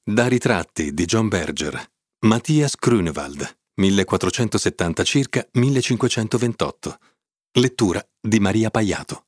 Da ritratti di John Berger, Matthias Grünewald, 1470 circa 1528. Lettura di Maria Paiato.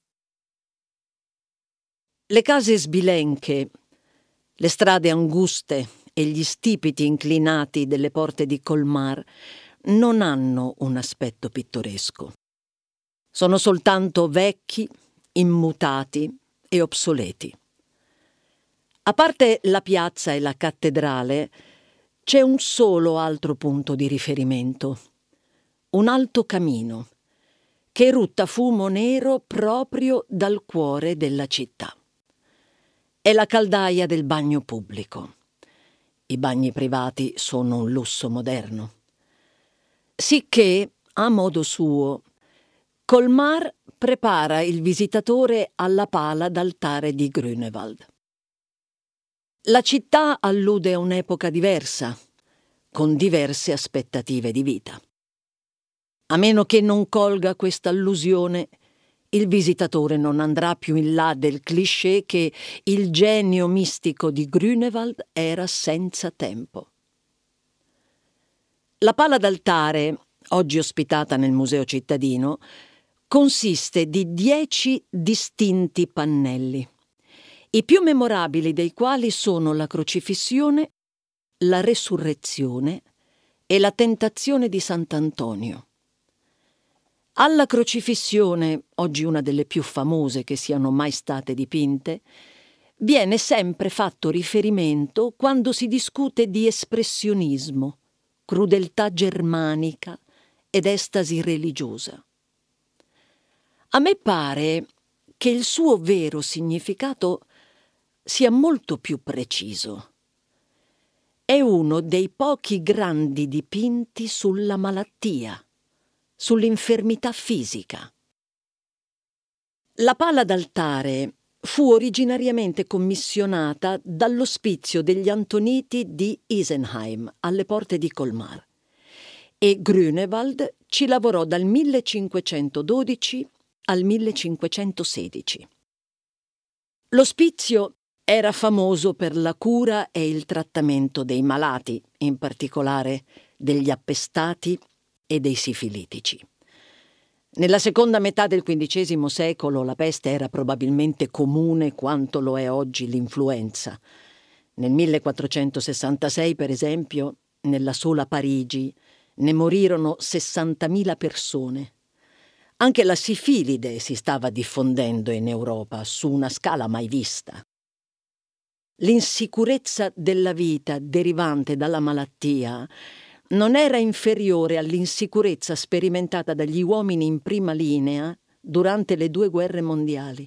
Le case sbilenche, le strade anguste e gli stipiti inclinati delle porte di Colmar non hanno un aspetto pittoresco. Sono soltanto vecchi, immutati e obsoleti. A parte la piazza e la cattedrale, c'è un solo altro punto di riferimento, un alto camino che erutta fumo nero proprio dal cuore della città. È la caldaia del bagno pubblico. I bagni privati sono un lusso moderno. Sicché, a modo suo, Colmar prepara il visitatore alla pala d'altare di Grünewald. La città allude a un'epoca diversa, con diverse aspettative di vita. A meno che non colga questa allusione, il visitatore non andrà più in là del cliché che il genio mistico di Grünewald era senza tempo. La pala d'altare, oggi ospitata nel Museo cittadino, consiste di 10 distinti pannelli, i più memorabili dei quali sono la crocifissione, la resurrezione e la tentazione di Sant'Antonio. Alla crocifissione, oggi una delle più famose che siano mai state dipinte, viene sempre fatto riferimento quando si discute di espressionismo, crudeltà germanica ed estasi religiosa. A me pare che il suo vero significato sia molto più preciso. È uno dei pochi grandi dipinti sulla malattia, sull'infermità fisica. La pala d'altare fu originariamente commissionata dall'ospizio degli Antoniti di Isenheim alle porte di Colmar e Grünewald ci lavorò dal 1512 al 1516. L'ospizio era famoso per la cura e il trattamento dei malati, in particolare degli appestati e dei sifilitici. Nella seconda metà del XV secolo la peste era probabilmente comune quanto lo è oggi l'influenza. Nel 1466, per esempio, nella sola Parigi, ne morirono 60.000 persone. Anche la sifilide si stava diffondendo in Europa su una scala mai vista. L'insicurezza della vita derivante dalla malattia non era inferiore all'insicurezza sperimentata dagli uomini in prima linea durante le 2 guerre mondiali.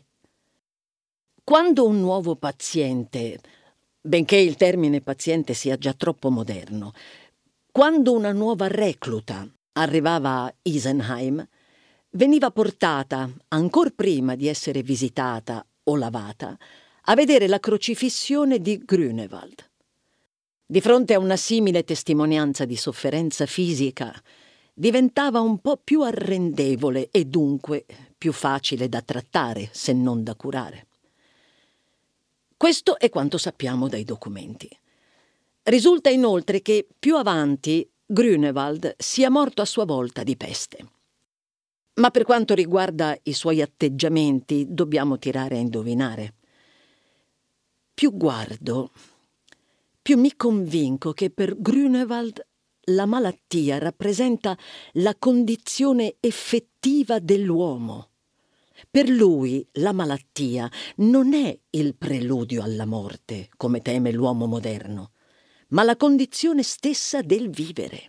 Quando un nuovo paziente, benché il termine paziente sia già troppo moderno, quando una nuova recluta arrivava a Isenheim, veniva portata, ancor prima di essere visitata o lavata, a vedere la crocifissione di Grünewald. Di fronte a una simile testimonianza di sofferenza fisica, diventava un po' più arrendevole e dunque più facile da trattare, se non da curare. Questo è quanto sappiamo dai documenti. Risulta inoltre che più avanti Grünewald sia morto a sua volta di peste. Ma per quanto riguarda i suoi atteggiamenti, dobbiamo tirare a indovinare. Più guardo, più mi convinco che per Grünewald la malattia rappresenta la condizione effettiva dell'uomo. Per lui la malattia non è il preludio alla morte, come teme l'uomo moderno, ma la condizione stessa del vivere.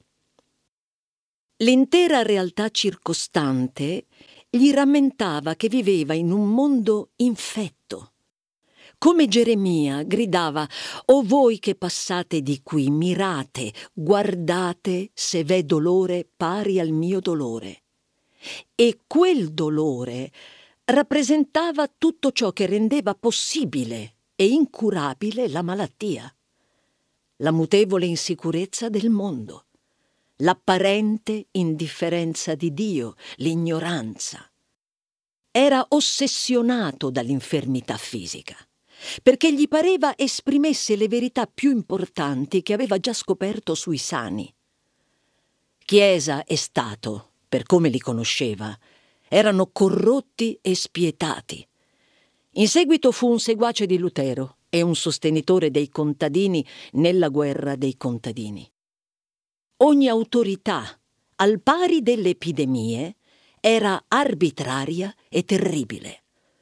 L'intera realtà circostante gli rammentava che viveva in un mondo infetto. Come Geremia gridava: «O voi che passate di qui, mirate, guardate se v'è dolore pari al mio dolore». E quel dolore rappresentava tutto ciò che rendeva possibile e incurabile la malattia, la mutevole insicurezza del mondo, l'apparente indifferenza di Dio, l'ignoranza. Era ossessionato dall'infermità fisica. perché gli pareva esprimesse le verità più importanti che aveva già scoperto sui sani. Chiesa e Stato, per come li conosceva, erano corrotti e spietati. In seguito fu un seguace di Lutero e un sostenitore dei contadini nella guerra dei contadini. Ogni autorità, al pari delle epidemie, era arbitraria e terribile.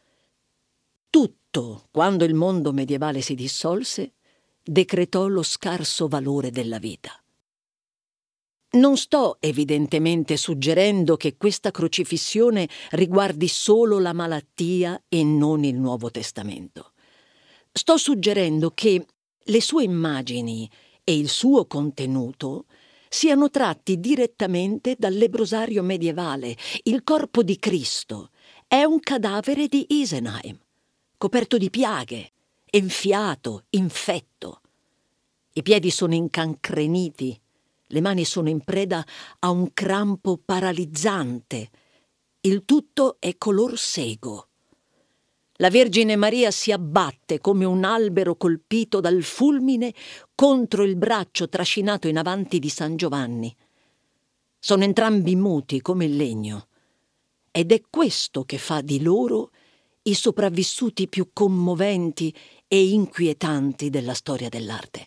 Tutto, quando il mondo medievale si dissolse, decretò lo scarso valore della vita. Non sto evidentemente suggerendo che questa crocifissione riguardi solo la malattia e non il Nuovo Testamento. Sto suggerendo che le sue immagini e il suo contenuto siano tratti direttamente dal lebbrosario medievale. Il corpo di Cristo è un cadavere di Isenheim, coperto di piaghe, enfiato, infetto. I piedi sono incancreniti, le mani sono in preda a un crampo paralizzante. Il tutto è color sego. La Vergine Maria si abbatte come un albero colpito dal fulmine contro il braccio trascinato in avanti di San Giovanni. Sono entrambi muti come il legno. Ed è questo che fa di loro i sopravvissuti più commoventi e inquietanti della storia dell'arte.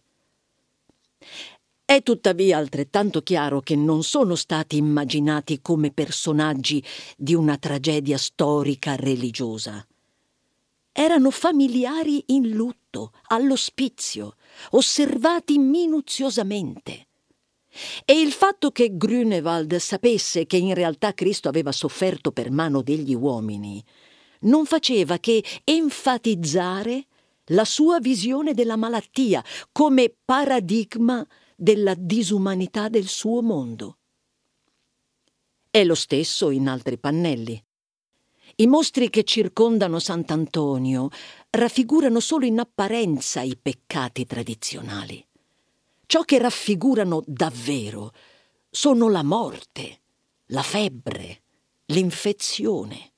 È tuttavia altrettanto chiaro che non sono stati immaginati come personaggi di una tragedia storica religiosa. Erano familiari in lutto, all'ospizio, osservati minuziosamente. E il fatto che Grünewald sapesse che in realtà Cristo aveva sofferto per mano degli uomini non faceva che enfatizzare la sua visione della malattia come paradigma della disumanità del suo mondo. È lo stesso in altri pannelli. I mostri che circondano Sant'Antonio raffigurano solo in apparenza i peccati tradizionali. Ciò che raffigurano davvero sono la morte, la febbre, l'infezione.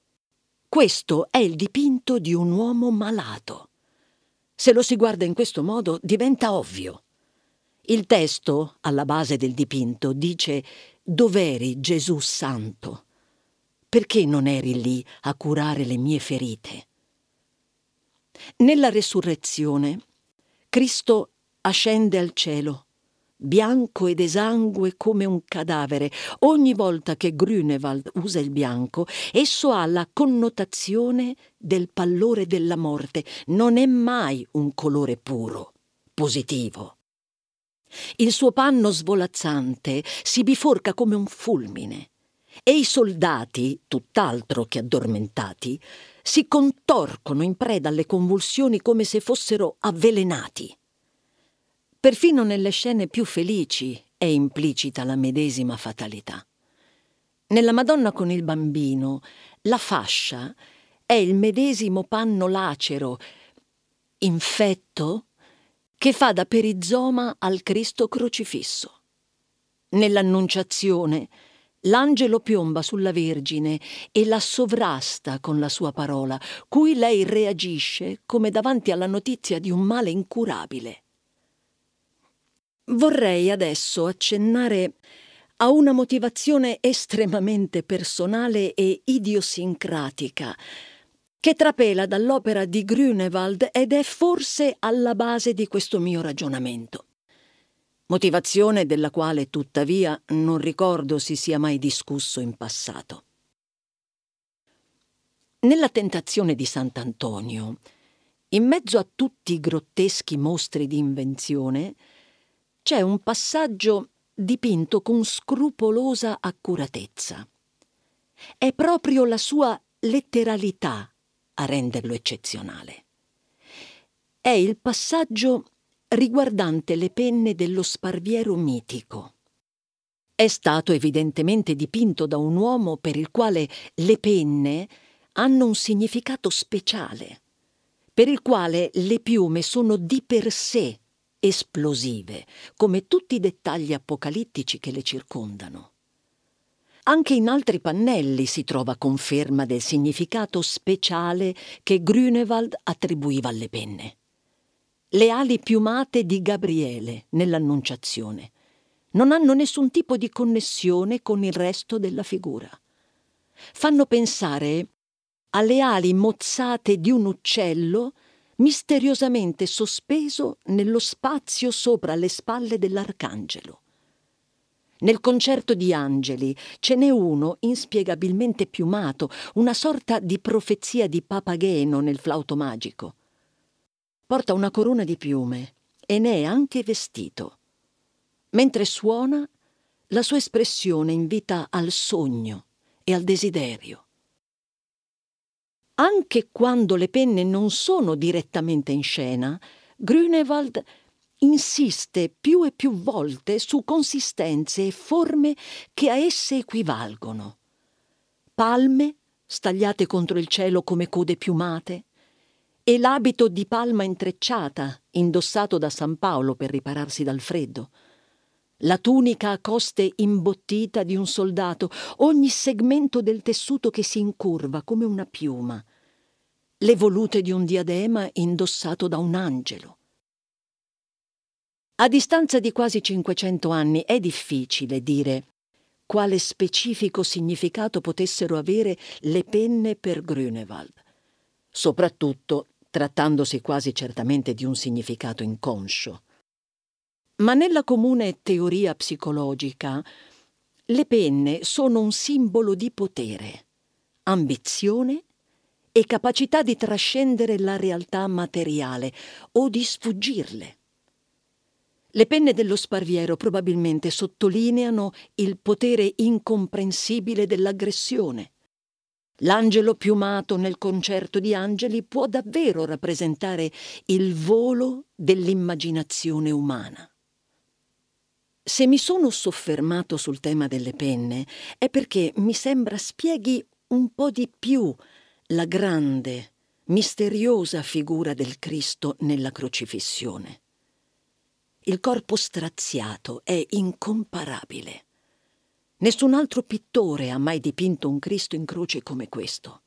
Questo è il dipinto di un uomo malato. Se lo si guarda in questo modo diventa ovvio. Il testo, alla base del dipinto, dice: «Dov'eri, Gesù Santo? Perché non eri lì a curare le mie ferite?» Nella resurrezione, Cristo ascende al cielo, bianco ed esangue come un cadavere. Ogni volta che Grünewald usa il bianco, esso ha la connotazione del pallore della morte. Non è mai un colore puro, positivo. Il suo panno svolazzante si biforca come un fulmine e i soldati, tutt'altro che addormentati, si contorcono in preda alle convulsioni come se fossero avvelenati. Perfino nelle scene più felici è implicita la medesima fatalità. Nella Madonna con il bambino, la fascia è il medesimo panno lacero, infetto, che fa da perizoma al Cristo crocifisso. Nell'Annunciazione, l'angelo piomba sulla Vergine e la sovrasta con la sua parola, cui lei reagisce come davanti alla notizia di un male incurabile. Vorrei adesso accennare a una motivazione estremamente personale e idiosincratica che trapela dall'opera di Grünewald ed è forse alla base di questo mio ragionamento. Motivazione della quale, tuttavia, non ricordo si sia mai discusso in passato. Nella Tentazione di Sant'Antonio, in mezzo a tutti i grotteschi mostri di invenzione, c'è un passaggio dipinto con scrupolosa accuratezza. È proprio la sua letteralità a renderlo eccezionale. È il passaggio riguardante le penne dello sparviero mitico. È stato evidentemente dipinto da un uomo per il quale le penne hanno un significato speciale, per il quale le piume sono di per sé esplosive, come tutti i dettagli apocalittici che le circondano. Anche in altri pannelli si trova conferma del significato speciale che Grünewald attribuiva alle penne. Le ali piumate di Gabriele nell'Annunciazione non hanno nessun tipo di connessione con il resto della figura. Fanno pensare alle ali mozzate di un uccello misteriosamente sospeso nello spazio sopra le spalle dell'arcangelo. Nel concerto di angeli ce n'è uno inspiegabilmente piumato, una sorta di profezia di Papageno nel flauto magico. Porta una corona di piume e ne è anche vestito. Mentre suona, la sua espressione invita al sogno e al desiderio. Anche quando le penne non sono direttamente in scena, Grünewald insiste più e più volte su consistenze e forme che a esse equivalgono. Palme stagliate contro il cielo come code piumate e l'abito di palma intrecciata indossato da San Paolo per ripararsi dal freddo, la tunica a coste imbottita di un soldato, ogni segmento del tessuto che si incurva come una piuma, le volute di un diadema indossato da un angelo. A distanza di quasi 500 anni è difficile dire quale specifico significato potessero avere le penne per Grünewald, soprattutto trattandosi quasi certamente di un significato inconscio. Ma nella comune teoria psicologica, le penne sono un simbolo di potere, ambizione e capacità di trascendere la realtà materiale o di sfuggirle. Le penne dello Sparviero probabilmente sottolineano il potere incomprensibile dell'aggressione. L'angelo piumato nel concerto di angeli può davvero rappresentare il volo dell'immaginazione umana. Se mi sono soffermato sul tema delle penne è perché mi sembra spieghi un po' di più la grande, misteriosa figura del Cristo nella crocifissione. Il corpo straziato è incomparabile. Nessun altro pittore ha mai dipinto un Cristo in croce come questo.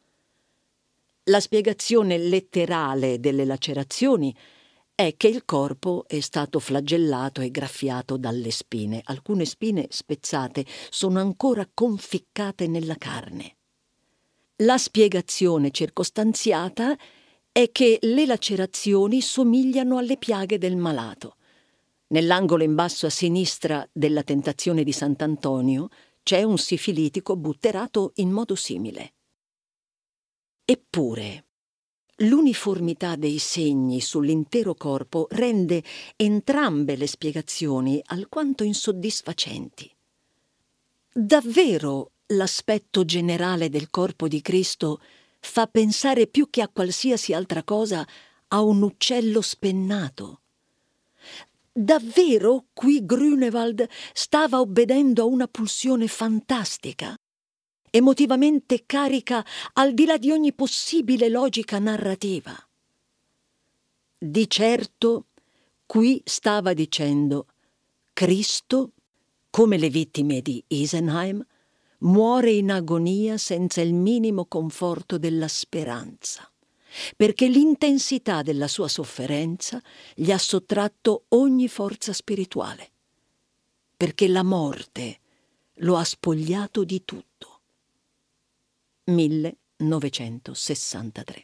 La spiegazione letterale delle lacerazioni è che il corpo è stato flagellato e graffiato dalle spine. Alcune spine spezzate sono ancora conficcate nella carne. La spiegazione circostanziata è che le lacerazioni somigliano alle piaghe del malato. Nell'angolo in basso a sinistra della Tentazione di Sant'Antonio c'è un sifilitico butterato in modo simile. Eppure, l'uniformità dei segni sull'intero corpo rende entrambe le spiegazioni alquanto insoddisfacenti. Davvero l'aspetto generale del corpo di Cristo fa pensare più che a qualsiasi altra cosa a un uccello spennato. Davvero qui Grünewald stava obbedendo a una pulsione fantastica, emotivamente carica al di là di ogni possibile logica narrativa. Di certo qui stava dicendo: Cristo, come le vittime di Isenheim, muore in agonia senza il minimo conforto della speranza, perché l'intensità della sua sofferenza gli ha sottratto ogni forza spirituale, perché la morte lo ha spogliato di tutto. 1963.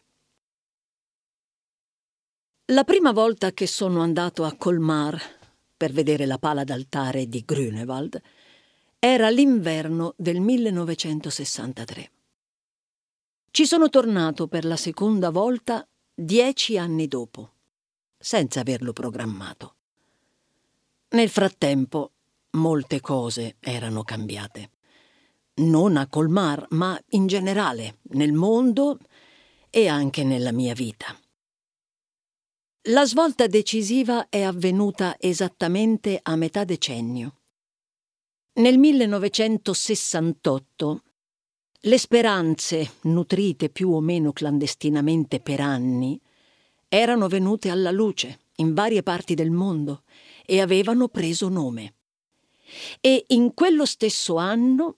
La prima volta che sono andato a Colmar per vedere la pala d'altare di Grünewald era l'inverno del 1963. Ci sono tornato per la seconda volta 10 anni dopo, senza averlo programmato. Nel frattempo, molte cose erano cambiate. Non a Colmar, ma in generale, nel mondo e anche nella mia vita. La svolta decisiva è avvenuta esattamente a metà decennio. Nel 1968 le speranze, nutrite più o meno clandestinamente per anni, erano venute alla luce in varie parti del mondo e avevano preso nome. E in quello stesso anno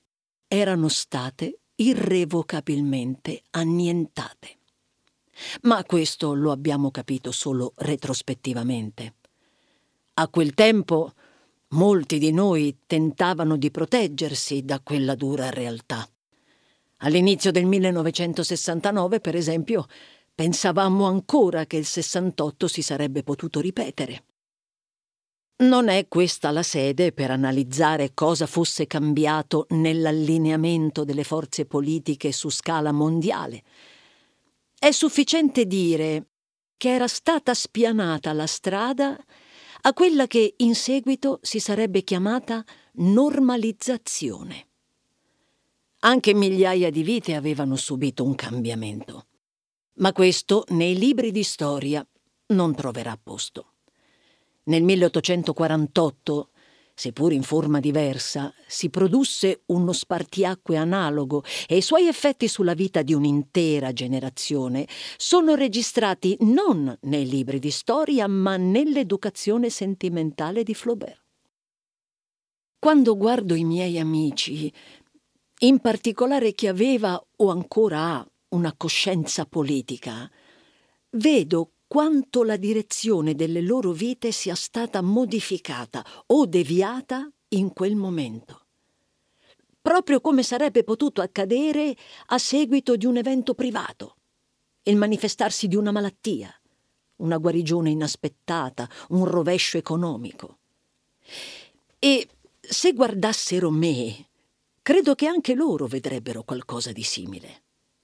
erano state irrevocabilmente annientate. Ma questo lo abbiamo capito solo retrospettivamente. A quel tempo molti di noi tentavano di proteggersi da quella dura realtà. All'inizio del 1969, per esempio, pensavamo ancora che il 68 si sarebbe potuto ripetere. Non è questa la sede per analizzare cosa fosse cambiato nell'allineamento delle forze politiche su scala mondiale. È sufficiente dire che era stata spianata la strada a quella che in seguito si sarebbe chiamata normalizzazione. Anche migliaia di vite avevano subito un cambiamento, ma questo nei libri di storia non troverà posto. Nel 1848, seppur in forma diversa, si produsse uno spartiacque analogo e i suoi effetti sulla vita di un'intera generazione sono registrati non nei libri di storia, ma nell'educazione sentimentale di Flaubert. Quando guardo i miei amici, in particolare chi aveva o ancora ha una coscienza politica, vedo quanto la direzione delle loro vite sia stata modificata o deviata in quel momento, proprio come sarebbe potuto accadere a seguito di un evento privato, il manifestarsi di una malattia, una guarigione inaspettata, un rovescio economico. E se guardassero me, credo che anche loro vedrebbero qualcosa di simile.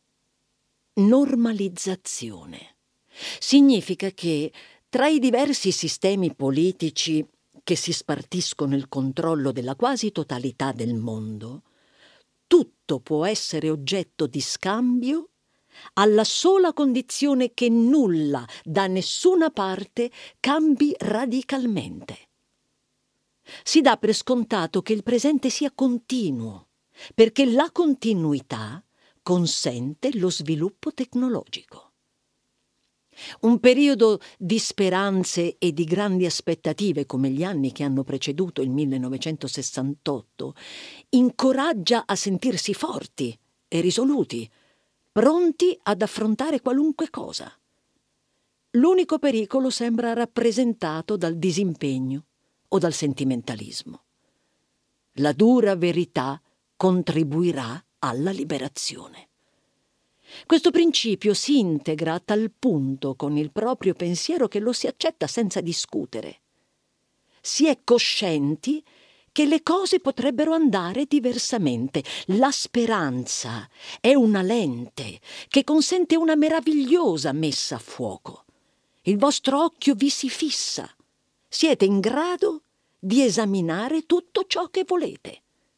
Normalizzazione significa che tra i diversi sistemi politici che si spartiscono il controllo della quasi totalità del mondo, tutto può essere oggetto di scambio alla sola condizione che nulla da nessuna parte cambi radicalmente. Si dà per scontato che il presente sia continuo, perché la continuità consente lo sviluppo tecnologico. Un periodo di speranze e di grandi aspettative come gli anni che hanno preceduto il 1968 incoraggia a sentirsi forti e risoluti, pronti ad affrontare qualunque cosa. L'unico pericolo sembra rappresentato dal disimpegno o dal sentimentalismo. La dura verità contribuirà alla liberazione. Questo principio si integra a tal punto con il proprio pensiero che lo si accetta senza discutere. Si è coscienti che le cose potrebbero andare diversamente. La speranza è una lente che consente una meravigliosa messa a fuoco. Il vostro occhio vi si fissa. Siete in grado di esaminare tutto ciò che volete.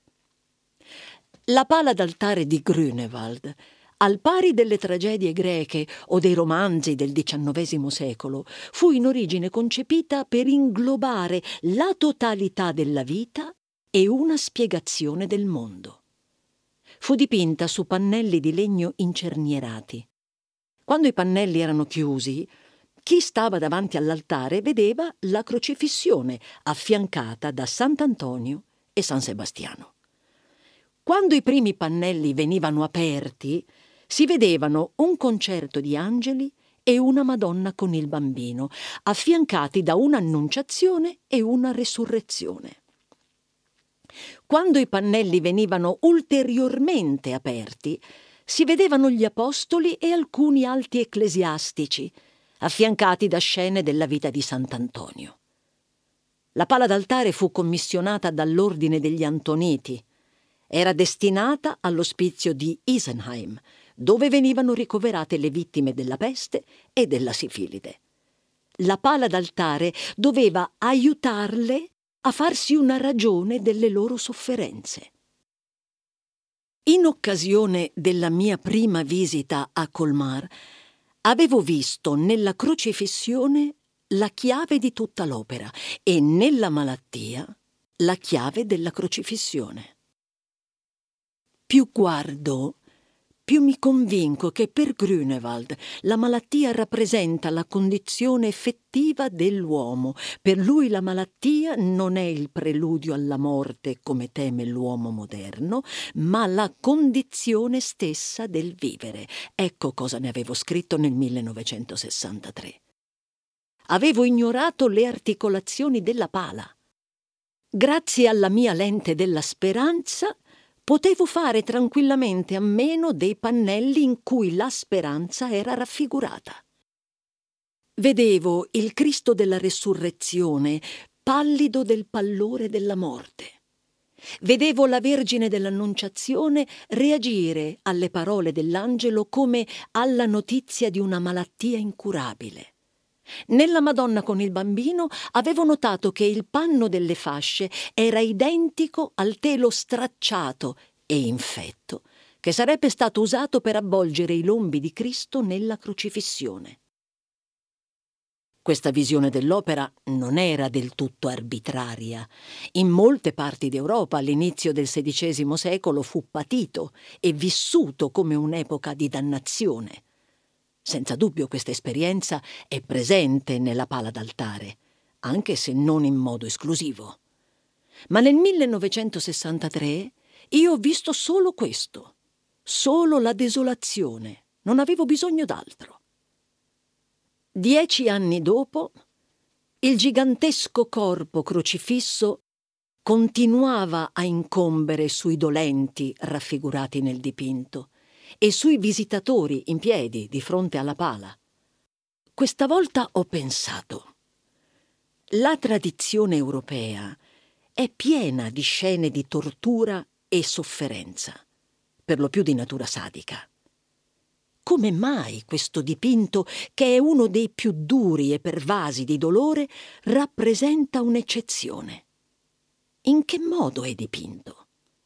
La pala d'altare di Grünewald, al pari delle tragedie greche o dei romanzi del XIX secolo, fu in origine concepita per inglobare la totalità della vita e una spiegazione del mondo. Fu dipinta su pannelli di legno incernierati. Quando i pannelli erano chiusi, chi stava davanti all'altare vedeva la crocifissione affiancata da Sant'Antonio e San Sebastiano. Quando i primi pannelli venivano aperti, si vedevano un concerto di angeli e una Madonna con il bambino, affiancati da un'annunciazione e una resurrezione. Quando i pannelli venivano ulteriormente aperti, si vedevano gli apostoli e alcuni alti ecclesiastici, affiancati da scene della vita di Sant'Antonio. La pala d'altare fu commissionata dall'Ordine degli Antoniti. Era destinata all'ospizio di Isenheim, dove venivano ricoverate le vittime della peste e della sifilide. La pala d'altare doveva aiutarle a farsi una ragione delle loro sofferenze. In occasione della mia prima visita a Colmar, avevo visto nella crocifissione la chiave di tutta l'opera e nella malattia la chiave della crocifissione. Più guardo, più mi convinco che per Grünewald la malattia rappresenta la condizione effettiva dell'uomo. Per lui la malattia non è il preludio alla morte, come teme l'uomo moderno, ma la condizione stessa del vivere. Ecco cosa ne avevo scritto nel 1963. Avevo ignorato le articolazioni della pala. Grazie alla mia lente della speranza, potevo fare tranquillamente a meno dei pannelli in cui la speranza era raffigurata. Vedevo il Cristo della Resurrezione pallido del pallore della morte. Vedevo la Vergine dell'Annunciazione reagire alle parole dell'angelo come alla notizia di una malattia incurabile. Nella Madonna con il bambino avevo notato che il panno delle fasce era identico al telo stracciato e infetto che sarebbe stato usato per avvolgere i lombi di Cristo nella crocifissione. Questa visione dell'opera non era del tutto arbitraria. In molte parti d'Europa all'inizio del XVI secolo fu patito e vissuto come un'epoca di dannazione. Senza dubbio questa esperienza è presente nella pala d'altare, anche se non in modo esclusivo. Ma nel 1963 io ho visto solo questo, solo la desolazione, non avevo bisogno d'altro. 10 anni dopo, il gigantesco corpo crocifisso continuava a incombere sui dolenti raffigurati nel dipinto e sui visitatori in piedi di fronte alla pala. Questa volta ho pensato: la tradizione europea è piena di scene di tortura e sofferenza, per lo più di natura sadica. Come mai questo dipinto, che è uno dei più duri e pervasi di dolore, rappresenta un'eccezione? In che modo è dipinto?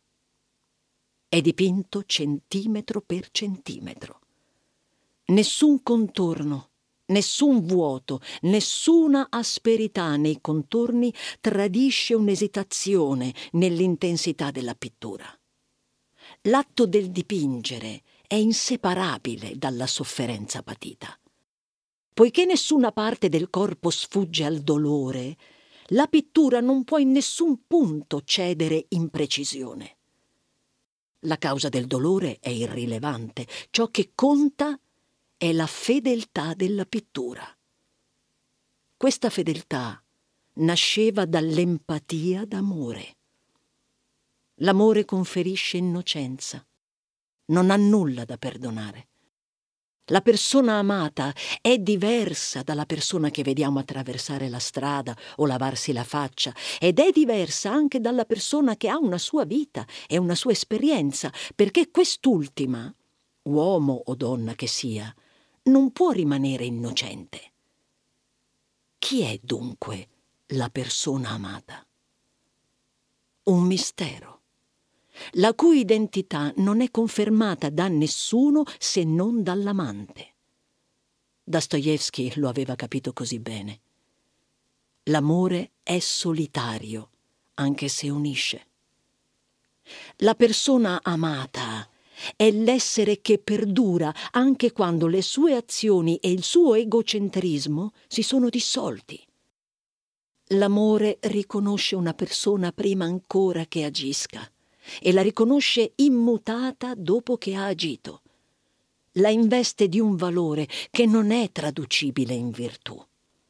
È dipinto centimetro per centimetro. Nessun contorno, nessun vuoto, nessuna asperità nei contorni tradisce un'esitazione nell'intensità della pittura. L'atto del dipingere è inseparabile dalla sofferenza patita. Poiché nessuna parte del corpo sfugge al dolore, la pittura non può in nessun punto cedere in precisione. La causa del dolore è irrilevante, ciò che conta è la fedeltà della pittura. Questa fedeltà nasceva dall'empatia d'amore. L'amore conferisce innocenza, non ha nulla da perdonare. La persona amata è diversa dalla persona che vediamo attraversare la strada o lavarsi la faccia, ed è diversa anche dalla persona che ha una sua vita e una sua esperienza, perché quest'ultima, uomo o donna che sia, non può rimanere innocente. Chi è dunque la persona amata? Un mistero, la cui identità non è confermata da nessuno se non dall'amante. Dostoevskij lo aveva capito così bene. L'amore è solitario, anche se unisce. La persona amata è l'essere che perdura anche quando le sue azioni e il suo egocentrismo si sono dissolti. L'amore riconosce una persona prima ancora che agisca e la riconosce immutata dopo che ha agito. La investe di un valore che non è traducibile in virtù.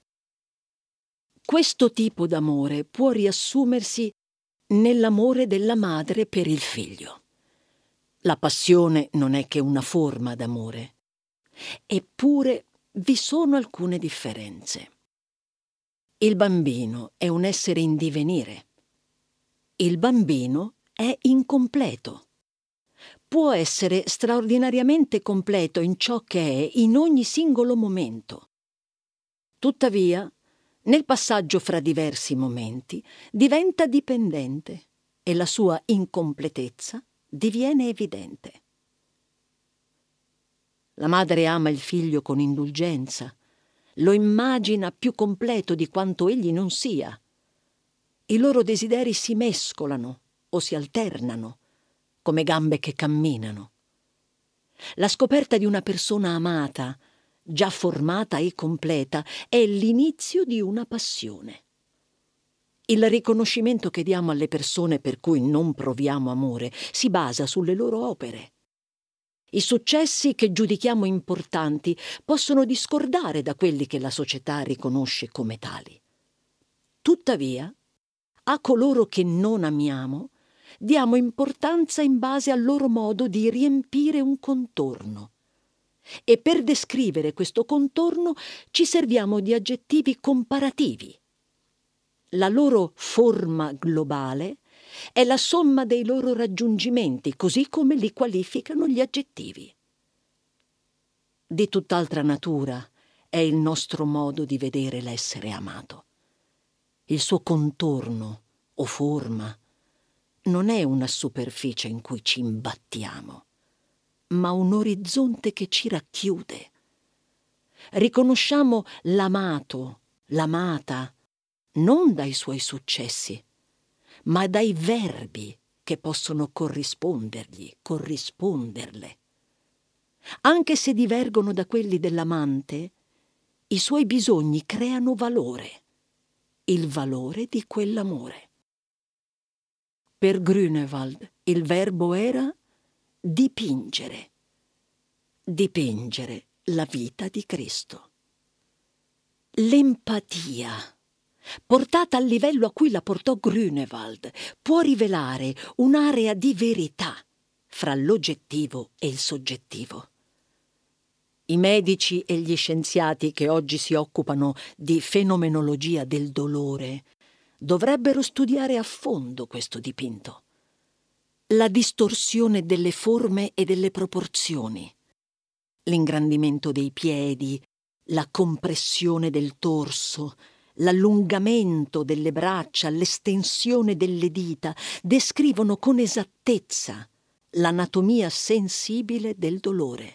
Questo tipo d'amore può riassumersi nell'amore della madre per il figlio. La passione non è che una forma d'amore. Eppure vi sono alcune differenze. Il bambino è un essere in divenire. Il bambino è incompleto. Può essere straordinariamente completo in ciò che è in ogni singolo momento. Tuttavia, nel passaggio fra diversi momenti, diventa dipendente e la sua incompletezza diviene evidente. La madre ama il figlio con indulgenza, lo immagina più completo di quanto egli non sia. I loro desideri si mescolano o si alternano, come gambe che camminano. La scoperta di una persona amata, già formata e completa, è l'inizio di una passione. Il riconoscimento che diamo alle persone per cui non proviamo amore si basa sulle loro opere. I successi che giudichiamo importanti possono discordare da quelli che la società riconosce come tali. Tuttavia, a coloro che non amiamo, diamo importanza in base al loro modo di riempire un contorno. E per descrivere questo contorno ci serviamo di aggettivi comparativi. La loro forma globale è la somma dei loro raggiungimenti, così come li qualificano gli aggettivi. Di tutt'altra natura è il nostro modo di vedere l'essere amato. Il suo contorno o forma non è una superficie in cui ci imbattiamo, ma un orizzonte che ci racchiude. Riconosciamo l'amato, l'amata, non dai suoi successi, ma dai verbi che possono corrispondergli, corrisponderle. Anche se divergono da quelli dell'amante, i suoi bisogni creano valore, il valore di quell'amore. Per Grünewald il verbo era dipingere, dipingere la vita di Cristo. L'empatia, portata al livello a cui la portò Grünewald, può rivelare un'area di verità fra l'oggettivo e il soggettivo. I medici e gli scienziati che oggi si occupano di fenomenologia del dolore dovrebbero studiare a fondo questo dipinto. La distorsione delle forme e delle proporzioni, l'ingrandimento dei piedi, la compressione del torso, l'allungamento delle braccia, l'estensione delle dita descrivono con esattezza l'anatomia sensibile del dolore.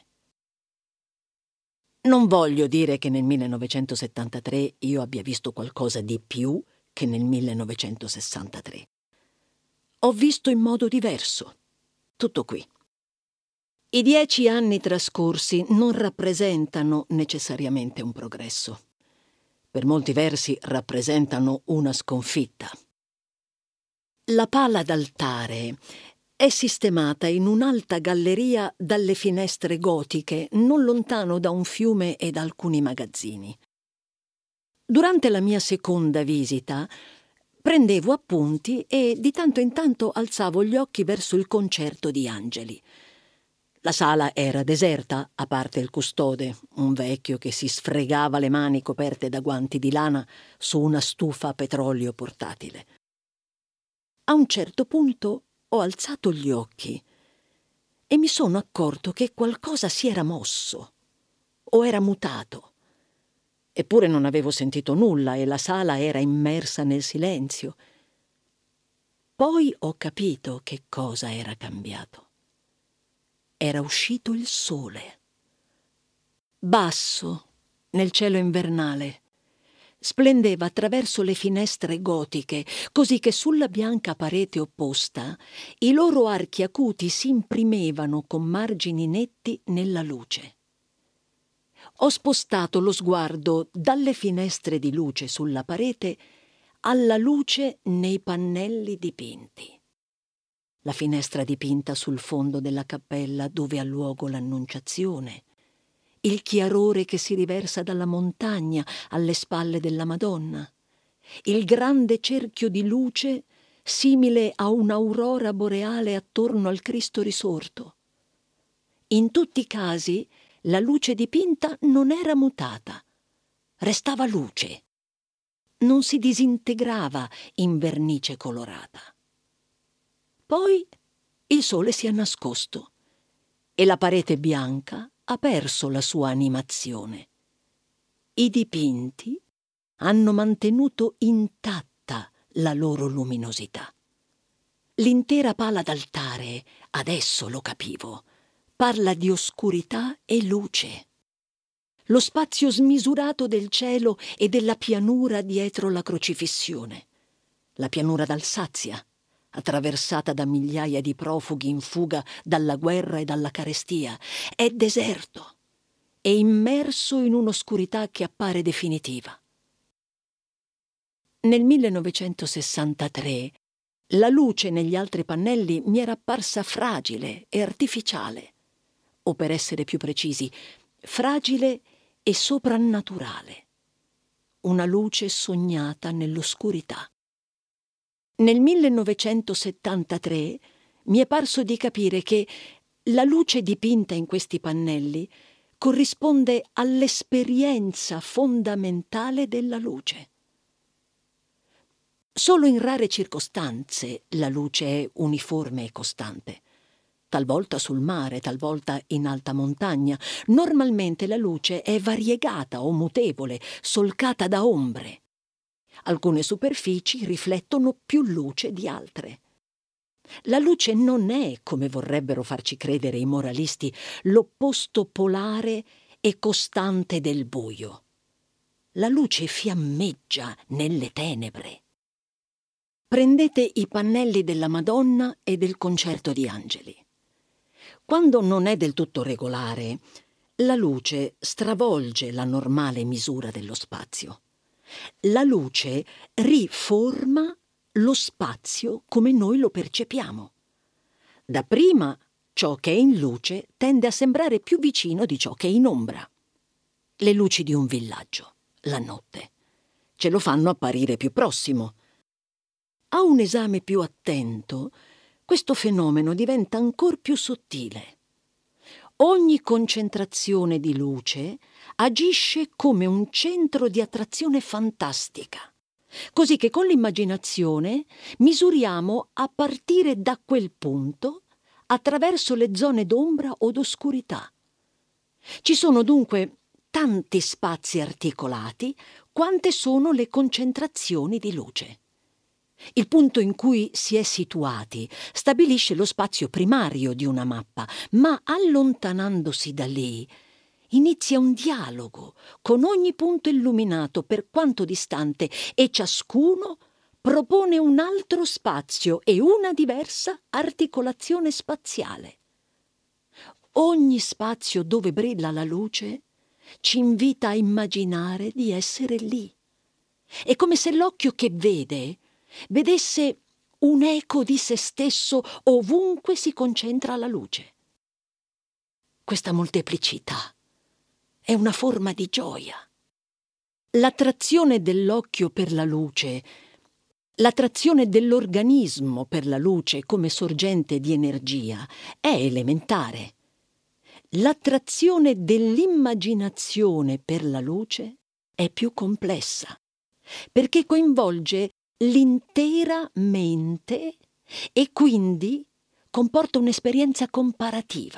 Non voglio dire che nel 1973 io abbia visto qualcosa di più che nel 1963. Ho visto in modo diverso. Tutto qui. I 10 anni trascorsi non rappresentano necessariamente un progresso. Per molti versi rappresentano una sconfitta. La pala d'altare è sistemata in un'alta galleria dalle finestre gotiche, non lontano da un fiume e da alcuni magazzini. Durante la mia seconda visita prendevo appunti e di tanto in tanto alzavo gli occhi verso il concerto di angeli. La sala era deserta, a parte il custode, un vecchio che si sfregava le mani coperte da guanti di lana su una stufa a petrolio portatile. A un certo punto ho alzato gli occhi e mi sono accorto che qualcosa si era mosso o era mutato. Eppure non avevo sentito nulla e la sala era immersa nel silenzio. Poi ho capito che cosa era cambiato. Era uscito il sole. Basso, nel cielo invernale, splendeva attraverso le finestre gotiche, così che sulla bianca parete opposta i loro archi acuti si imprimevano con margini netti nella luce. Ho spostato lo sguardo dalle finestre di luce sulla parete alla luce nei pannelli dipinti. La finestra dipinta sul fondo della cappella dove ha luogo l'Annunciazione, il chiarore che si riversa dalla montagna alle spalle della Madonna, il grande cerchio di luce simile a un'aurora boreale attorno al Cristo risorto. In tutti i casi la luce dipinta non era mutata, restava luce, non si disintegrava in vernice colorata. Poi il sole si è nascosto e la parete bianca ha perso la sua animazione. I dipinti hanno mantenuto intatta la loro luminosità. L'intera pala d'altare, adesso lo capivo, parla di oscurità e luce. Lo spazio smisurato del cielo e della pianura dietro la crocifissione. La pianura d'Alsazia, attraversata da migliaia di profughi in fuga dalla guerra e dalla carestia. È deserto e immerso in un'oscurità che appare definitiva. Nel 1963 la luce negli altri pannelli mi era apparsa fragile e artificiale, o per essere più precisi, fragile e soprannaturale. Una luce sognata nell'oscurità. Nel 1973 mi è parso di capire che la luce dipinta in questi pannelli corrisponde all'esperienza fondamentale della luce. Solo in rare circostanze la luce è uniforme e costante. Talvolta sul mare, talvolta in alta montagna. Normalmente la luce è variegata o mutevole, solcata da ombre. Alcune superfici riflettono più luce di altre. La luce non è, come vorrebbero farci credere i moralisti, l'opposto polare e costante del buio. La luce fiammeggia nelle tenebre. Prendete i pannelli della Madonna e del Concerto di Angeli. Quando non è del tutto regolare, la luce stravolge la normale misura dello spazio. La luce riforma lo spazio come noi lo percepiamo. Dapprima, ciò che è in luce tende a sembrare più vicino di ciò che è in ombra. Le luci di un villaggio, la notte, ce lo fanno apparire più prossimo. A un esame più attento, questo fenomeno diventa ancor più sottile. Ogni concentrazione di luce agisce come un centro di attrazione fantastica, così che con l'immaginazione misuriamo a partire da quel punto attraverso le zone d'ombra o d'oscurità. Ci sono dunque tanti spazi articolati quante sono le concentrazioni di luce. Il punto in cui si è situati stabilisce lo spazio primario di una mappa, ma allontanandosi da lì inizia un dialogo con ogni punto illuminato per quanto distante e ciascuno propone un altro spazio e una diversa articolazione spaziale. Ogni spazio dove brilla la luce ci invita a immaginare di essere lì. È come se l'occhio che vede vedesse un eco di se stesso ovunque si concentra la luce. Questa molteplicità è una forma di gioia. L'attrazione dell'occhio per la luce, l'attrazione dell'organismo per la luce come sorgente di energia è elementare. L'attrazione dell'immaginazione per la luce è più complessa, perché coinvolge l'intera mente e quindi comporta un'esperienza comparativa.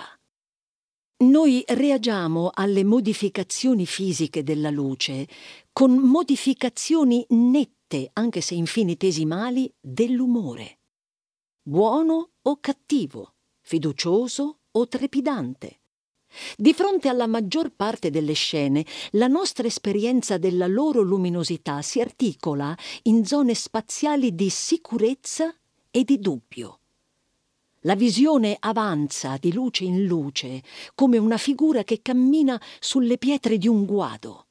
Noi reagiamo alle modificazioni fisiche della luce con modificazioni nette, anche se infinitesimali, dell'umore. Buono o cattivo, fiducioso o trepidante. Di fronte alla maggior parte delle scene, la nostra esperienza della loro luminosità si articola in zone spaziali di sicurezza e di dubbio. La visione avanza di luce in luce, come una figura che cammina sulle pietre di un guado.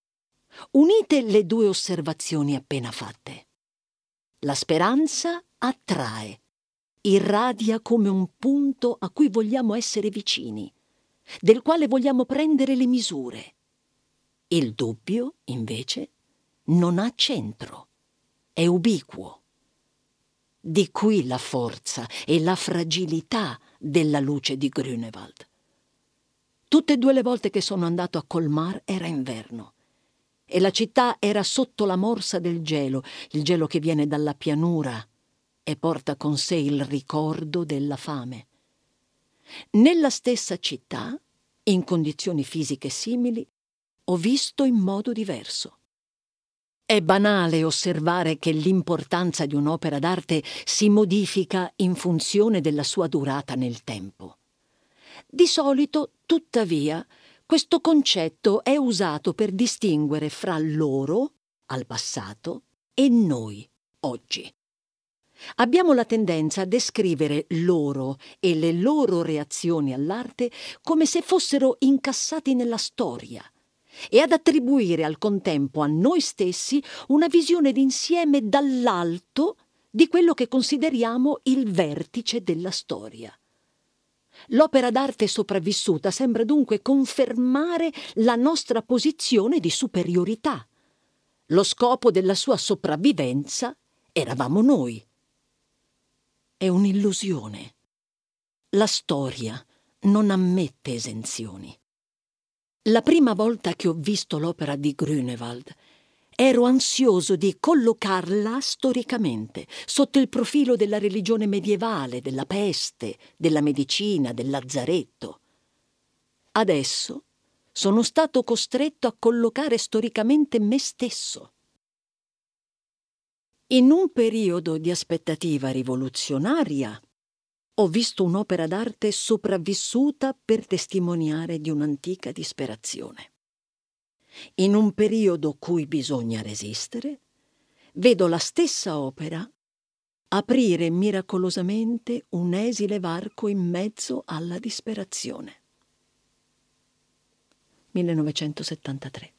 Unite le due osservazioni appena fatte. La speranza attrae, irradia come un punto a cui vogliamo essere vicini, del quale vogliamo prendere le misure. Il dubbio, invece, non ha centro, è ubiquo. Di qui la forza e la fragilità della luce di Grünewald. Tutte e due le volte che sono andato a Colmar era inverno e la città era sotto la morsa del gelo, il gelo che viene dalla pianura e porta con sé il ricordo della fame. Nella stessa città, in condizioni fisiche simili, ho visto in modo diverso. È banale osservare che l'importanza di un'opera d'arte si modifica in funzione della sua durata nel tempo. Di solito, tuttavia, questo concetto è usato per distinguere fra loro, al passato, e noi, oggi. Abbiamo la tendenza a descrivere loro e le loro reazioni all'arte come se fossero incassati nella storia e ad attribuire al contempo a noi stessi una visione d'insieme dall'alto di quello che consideriamo il vertice della storia. L'opera d'arte sopravvissuta sembra dunque confermare la nostra posizione di superiorità. Lo scopo della sua sopravvivenza eravamo noi. È un'illusione. La storia non ammette esenzioni. La prima volta che ho visto l'opera di Grünewald ero ansioso di collocarla storicamente, sotto il profilo della religione medievale, della peste, della medicina, del lazzaretto. Adesso sono stato costretto a collocare storicamente me stesso. In un periodo di aspettativa rivoluzionaria ho visto un'opera d'arte sopravvissuta per testimoniare di un'antica disperazione. In un periodo cui bisogna resistere, vedo la stessa opera aprire miracolosamente un esile varco in mezzo alla disperazione. 1973.